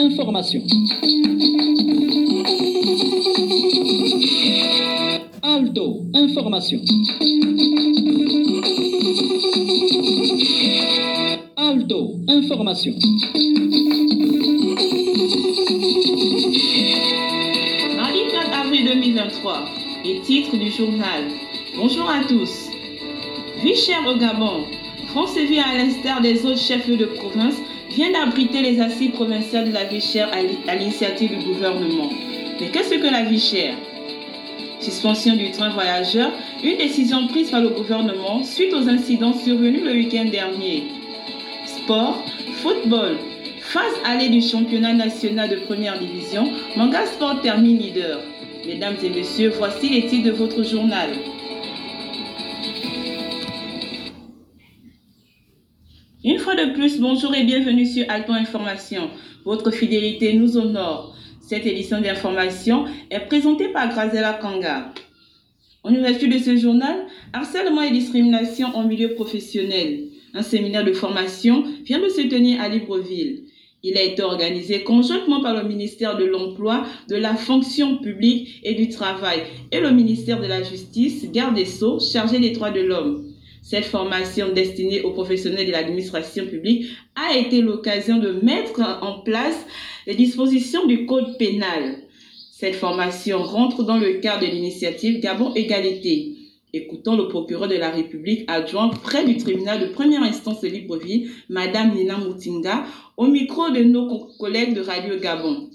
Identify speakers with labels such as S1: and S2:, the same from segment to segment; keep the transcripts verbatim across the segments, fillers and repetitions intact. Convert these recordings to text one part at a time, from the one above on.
S1: information. Alto, information. Alto, information.
S2: Mardi quatre avril deux mille vingt-trois, les titres du journal. Bonjour à tous. Vie chère au Gabon. Franceville, à l'instar des autres chefs-lieux de province, vient d'abriter les assises provinciales de la vie chère à l'initiative du gouvernement. Mais qu'est-ce que la vie chère? Suspension du train voyageur, une décision prise par le gouvernement suite aux incidents survenus le week-end dernier. Sport, football, phase allée du championnat national de première division, Manga Sport termine leader. Mesdames et messieurs, voici les titres de votre journal. Une fois de plus, bonjour et bienvenue sur Alto Information. Votre fidélité nous honore. Cette édition d'information est présentée par Grazela Kanga. En ouverture de ce journal, harcèlement et discrimination en milieu professionnel. Un séminaire de formation vient de se tenir à Libreville. Il a été organisé conjointement par le ministère de l'Emploi, de la Fonction publique et du Travail et le ministère de la Justice, garde des Sceaux, chargé des droits de l'homme. Cette formation destinée aux professionnels de l'administration publique a été l'occasion de mettre en place les dispositions du Code pénal. Cette formation rentre dans le cadre de l'initiative Gabon Égalité. Écoutons le procureur de la République adjoint près du tribunal de première instance de Libreville, Madame Nina Moutinga, au micro de nos collègues de Radio Gabon.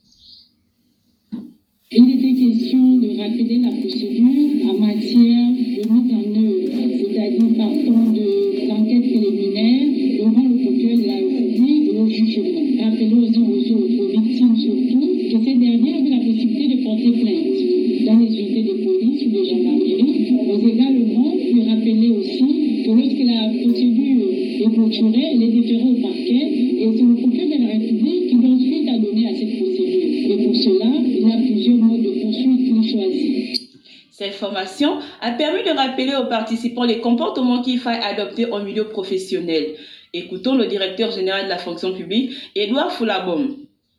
S3: Il était question de rappeler la procédure en matière de mise en œuvre, c'est-à-dire partant de l'enquête préliminaire devant le procureur de la République et le jugement. Rappeler aux uns aux autres, aux victimes surtout, que ces derniers avaient la possibilité de porter plainte dans les unités de police ou de gendarmerie, mais également de rappeler aussi que lorsque la procédure est clôturée, elle est déférée au parquet et c'est le procureur de la République qui doit ensuite à donner à cette procédure. Et pour cela, il y a plusieurs modes de poursuite qu'il choisit.
S2: Cette formation a permis de rappeler aux participants les comportements qu'il faille adopter au milieu professionnel. Écoutons le directeur général de la fonction publique, Edouard Foulabom.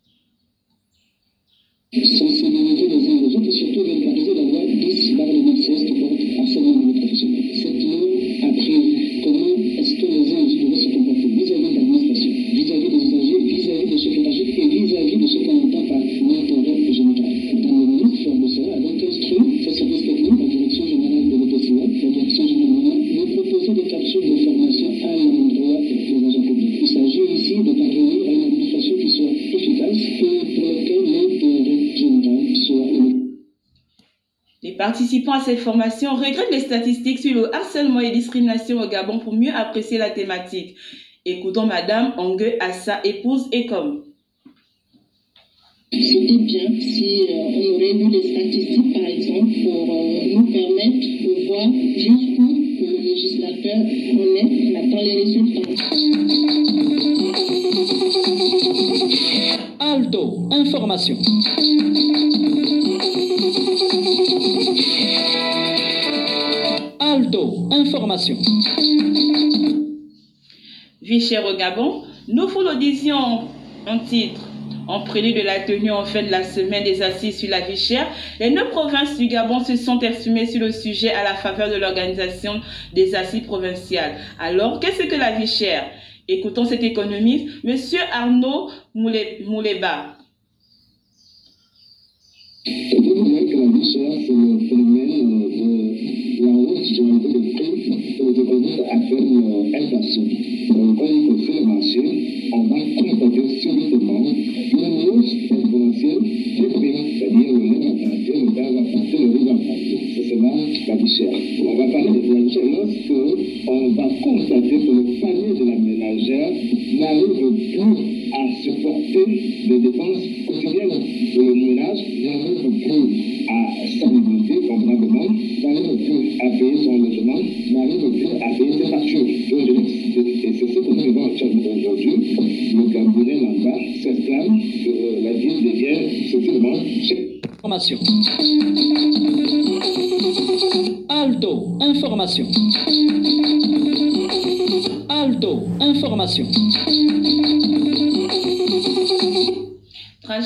S4: Sensibiliser les uns les autres et surtout vulgariser la loi dix barre deux mille seize qui porte harcèlement au milieu professionnel. Cette loi a prévu comment est-ce que les uns et les autres doivent se comporter vis-à-vis de l'administration, vis-à-vis des usagers, vis-à-vis des chefs étagers et vis-à-vis de ce qu'on entend par l'intérêt général. Madame le ministre de cela a donc instruit ce service technique, la direction générale de l'E P C A, la direction générale, de proposer des capsules de formation à l'endroit des agents publics. Il s'agit ici de parvenir à une administration qui soit efficace et pour laquelle l'intérêt général soit élevé.
S2: Les participants à cette formation regrettent les statistiques sur le harcèlement et discrimination au Gabon pour mieux apprécier la thématique. Écoutons Madame Ongue Assa, épouse Ecom.
S3: C'était bien si euh, on aurait lu les statistiques, par exemple, pour euh, nous permettre de voir jusqu'où le législateur en est, attend les résultats.
S1: Alto, information. Alto, information.
S2: Vie chère au Gabon, nous vous le disions en titre. En prélude de la tenue en fin de la semaine des assises sur la vie chère, les neuf provinces du Gabon se sont exprimées sur le sujet à la faveur de l'organisation des assises provinciales. Alors, qu'est-ce que la vie chère? Écoutons cet économiste, M. Arnaud Mouleba.
S4: Et vous voyez que la vie chère, c'est le phénomène de la hausse généralisée de prix que les économistes appellent inflation. Donc, quand il faut faire marcher, on va constater subitement une hausse exponentielle du prix, c'est-à-dire le même emprunté, le gaz emprunté, le riz emprunté. C'est cela la vie chère. On va parler de la vie chère lorsque on va constater que le panier de la ménagère n'arrive plus à supporter les dépenses quotidiennes de le ménage, n'arrive plus à s'alimenter convenablement, n'arrive plus à payer son logement, n'arrive plus à payer ses factures. Donc, et c'est ce que nous vivons actuellement aujourd'hui. Le Gabonais lambda s'exclame que la vie devient effectivement
S1: Information. Alto, information. Alto, information.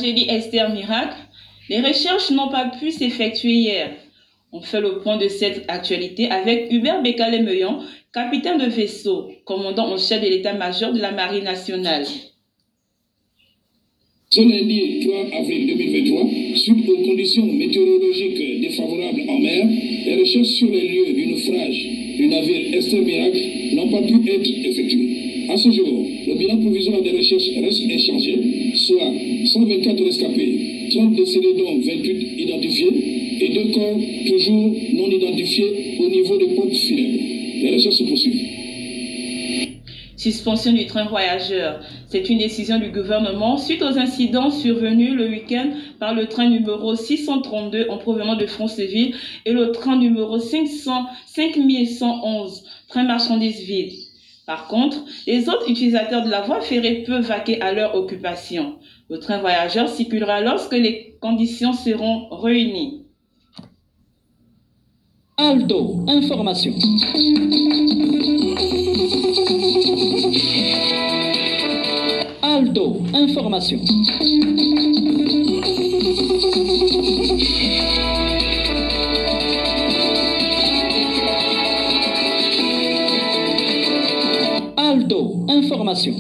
S2: tragédie Esther Miracle, les recherches n'ont pas pu s'effectuer hier. On fait le point de cette actualité avec Hubert Bekale-Meyon, capitaine de vaisseau, commandant en chef de l'état-major de la Marine nationale.
S5: Ce lundi trois avril deux mille vingt-trois, suite aux conditions météorologiques défavorables en mer, les recherches sur les lieux du naufrage du navire Esther Miracle n'ont pas pu être effectuées. À ce jour, le bilan provisoire des recherches reste inchangé, soit cent vingt-quatre rescapés, trente décédés dont vingt-huit identifiés et deux corps toujours non identifiés au niveau des pompes funèbres. Les recherches se poursuivent.
S2: Suspension du train voyageur. C'est une décision du gouvernement suite aux incidents survenus le week-end par le train numéro six cent trente-deux en provenance de Franceville et le train numéro cinq mille cent onze, train marchandises vide. Par contre, les autres utilisateurs de la voie ferrée peuvent vaquer à leur occupation. Le train voyageur circulera lorsque les conditions seront réunies.
S1: Alto, information. Alto, information. Alto, information.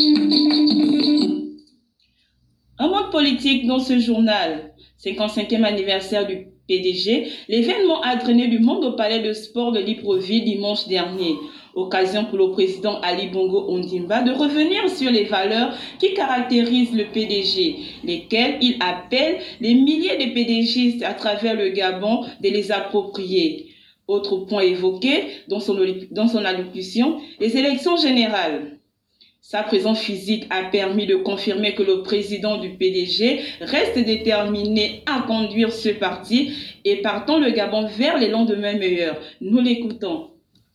S2: Un mode politique dans ce journal. cinquante-cinquième anniversaire du P D G, l'événement a drainé du monde au palais de sport de Libreville dimanche dernier. Occasion pour le président Ali Bongo Ondimba de revenir sur les valeurs qui caractérisent le P D G, lesquelles il appelle les milliers de P D Gistes à travers le Gabon de les approprier. Autre point évoqué dans son, dans son allocution, les élections générales. Sa présence physique a permis de confirmer que le président du P D G reste déterminé à conduire ce parti et partant le Gabon vers les lendemains meilleurs. Nous l'écoutons.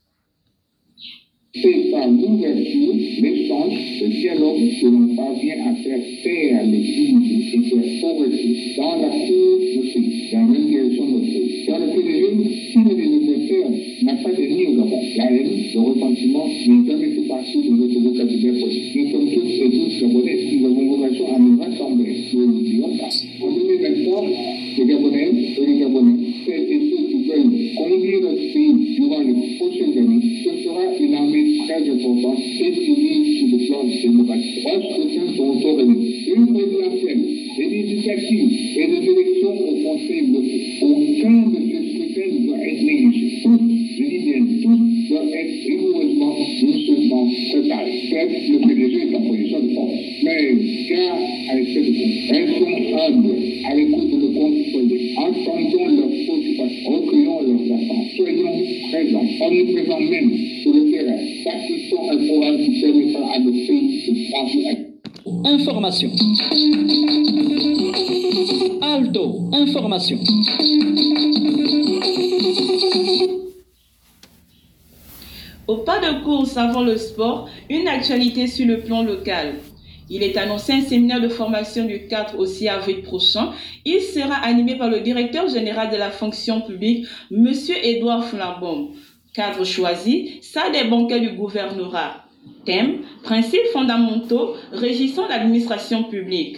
S4: C'est par l'ouverture, l'échange, le dialogue que l'on parvient à faire taire les limites et faire progresser dans la cause de ce dans l'intégration de notre pays. Dans le P D G, si le nécessaire n'a pas d'ennemi au Gabon, la haine, le ressentiment n'est jamais fait partie de notre vocabulaire politique. Nous sommes tous et tous Gabonais, nous avons vocation à nous rassembler. Nous le disons pas. En deux mille vingt-trois, les Gabonais et les Gabonais, celles et ceux qui veulent conduire notre pays durant les prochaines années, ce sera une armée très importante et civile sur le plan démocratique. Trois scrutins sont organisés. Une présidentielle, des législatives et des élections au Conseil local. Aucun de ces scrutins ne doit être négligé. Tous, je dis bien tous, doivent être rigoureusement, minutieusement préparés. Certes, le P D G est en position de force. Mais, car, avec cette restons humbles, à l'écoute de nos concitoyens, entendons leurs préoccupations, recueillons leurs attentes, soyons présents, omniprésents même sur le terrain, bâtissons un programme qui permettra à nos pays de franchir à
S1: Information. Alto, information.
S2: Au pas de course avant le sport, une actualité sur le plan local. Il est annoncé un séminaire de formation du quatre au six avril prochain. Il sera animé par le directeur général de la fonction publique, M. Édouard Flambon. Cadre choisi, salle des banquets du gouvernorat. Thème, principes fondamentaux régissant l'administration publique.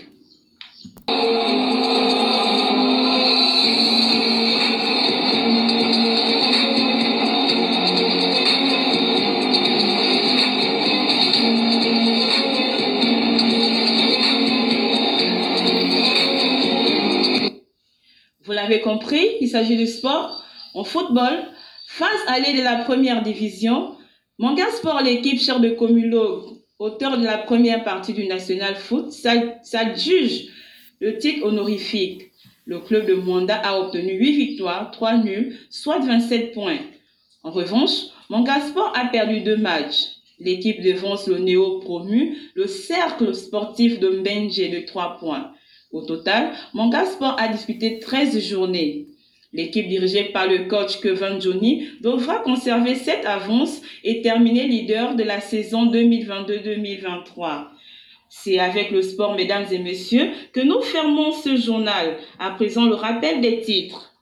S2: Vous l'avez compris, il s'agit de sport. En football, phase allée de la première division, Manga Sport, l'équipe chère de Comulo, auteur de la première partie du National Foot, s'adjuge le titre honorifique. Le club de Mwanda a obtenu huit victoires, trois nuls, soit vingt-sept points. En revanche, Manga Sport a perdu deux matchs. L'équipe devance le néo-promu, le cercle sportif de Mbenje de trois points. Au total, Manga Sport a disputé treize journées. L'équipe dirigée par le coach Kevin Johnny devra conserver cette avance et terminer leader de la saison deux mille vingt-deux deux mille vingt-trois. C'est avec le sport, mesdames et messieurs, que nous fermons ce journal. À présent, le rappel des titres.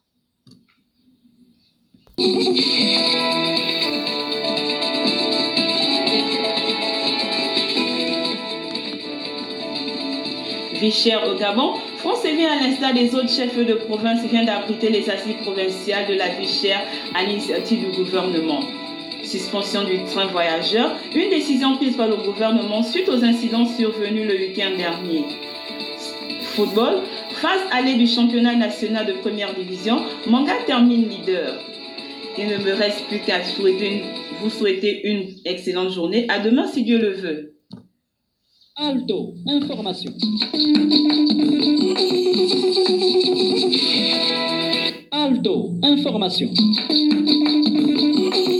S2: Vichère au Gabon, Franceville, à l'instar des autres chefs de province, vient d'abriter les assises provinciales de la Vichère à l'initiative du gouvernement. Suspension du train voyageur, une décision prise par le gouvernement suite aux incidents survenus le week-end dernier. Football, phase allée du championnat national de première division, Manga termine leader. Il ne me reste plus qu'à souhaiter une, vous souhaiter une excellente journée. À demain si Dieu le veut.
S1: Alto, information. Alto, information.